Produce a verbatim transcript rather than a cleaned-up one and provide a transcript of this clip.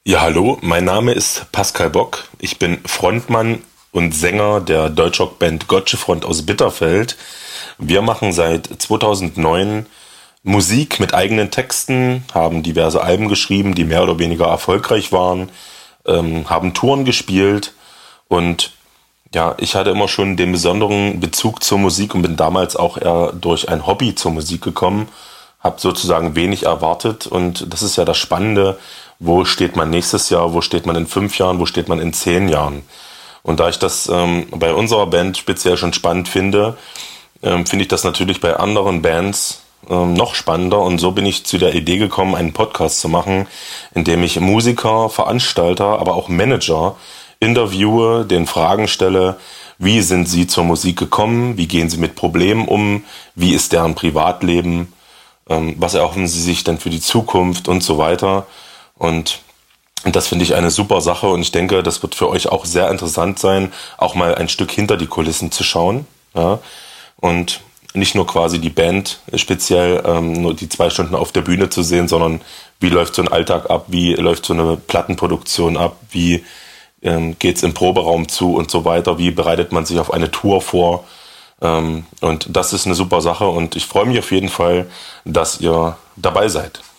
Ja, hallo, mein Name ist Pascal Bock. Ich bin Frontmann und Sänger der Deutschrock-Band Gotchefront aus Bitterfeld. Wir machen seit zweitausendneun Musik mit eigenen Texten, haben diverse Alben geschrieben, die mehr oder weniger erfolgreich waren, ähm, haben Touren gespielt und ja, ich hatte immer schon den besonderen Bezug zur Musik und bin damals auch eher durch ein Hobby zur Musik gekommen, habe sozusagen wenig erwartet und das ist ja das Spannende. Wo steht man nächstes Jahr, wo steht man in fünf Jahren, wo steht man in zehn Jahren? Und da ich das ähm, bei unserer Band speziell schon spannend finde, ähm, finde ich das natürlich bei anderen Bands ähm, noch spannender. Und so bin ich zu der Idee gekommen, einen Podcast zu machen, in dem ich Musiker, Veranstalter, aber auch Manager interviewe, denen Fragen stelle, wie sind sie zur Musik gekommen, wie gehen sie mit Problemen um, wie ist deren Privatleben, ähm, was erhoffen sie sich denn für die Zukunft und so weiter. Und das finde ich eine super Sache und ich denke, das wird für euch auch sehr interessant sein, auch mal ein Stück hinter die Kulissen zu schauen. Ja? Und nicht nur quasi die Band speziell ähm, nur die zwei Stunden auf der Bühne zu sehen, sondern wie läuft so ein Alltag ab, wie läuft so eine Plattenproduktion ab, wie ähm, geht's im Proberaum zu und so weiter, wie bereitet man sich auf eine Tour vor. Ähm, und das ist eine super Sache und ich freue mich auf jeden Fall, dass ihr dabei seid.